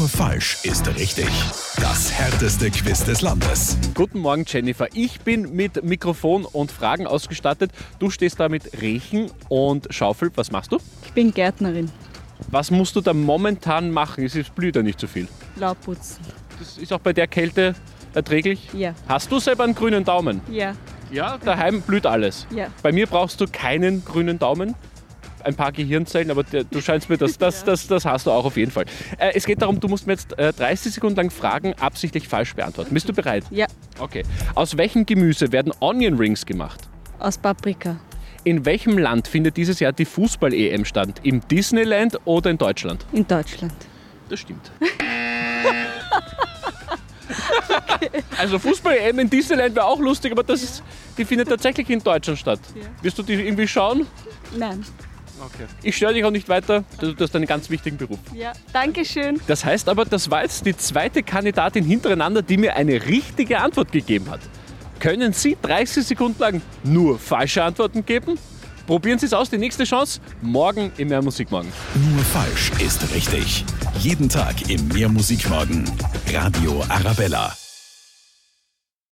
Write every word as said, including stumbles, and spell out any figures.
Nur falsch ist richtig. Das härteste Quiz des Landes. Guten Morgen, Jennifer. Ich bin mit Mikrofon und Fragen ausgestattet. Du stehst da mit Rechen und Schaufel. Was machst du? Ich bin Gärtnerin. Was musst du da momentan machen? Es blüht ja nicht so viel. Laub putzen. Das ist auch bei der Kälte erträglich? Ja. Hast du selber einen grünen Daumen? Ja. Ja, daheim blüht alles. Ja. Bei mir brauchst du keinen grünen Daumen. Ein paar Gehirnzellen, aber der, du scheinst mir, das, das, das, das hast du auch auf jeden Fall. Äh, es geht darum, du musst mir jetzt äh, dreißig Sekunden lang Fragen absichtlich falsch beantworten. Bist du bereit? Ja. Okay. Aus welchem Gemüse werden Onion Rings gemacht? Aus Paprika. In welchem Land findet dieses Jahr die Fußball-E M statt? Im Disneyland oder in Deutschland? In Deutschland. Das stimmt. Okay. Also Fußball-E M in Disneyland wäre auch lustig, aber das ist, die findet tatsächlich in Deutschland statt. Ja. Wirst du die irgendwie schauen? Nein. Okay. Ich störe dich auch nicht weiter, du hast einen ganz wichtigen Beruf. Ja, danke schön. Das heißt aber, das war jetzt die zweite Kandidatin hintereinander, die mir eine richtige Antwort gegeben hat. Können Sie dreißig Sekunden lang nur falsche Antworten geben? Probieren Sie es aus, die nächste Chance morgen im Mehr Musik Morgen. Nur falsch ist richtig. Jeden Tag im Mehr Musik Morgen. Radio Arabella.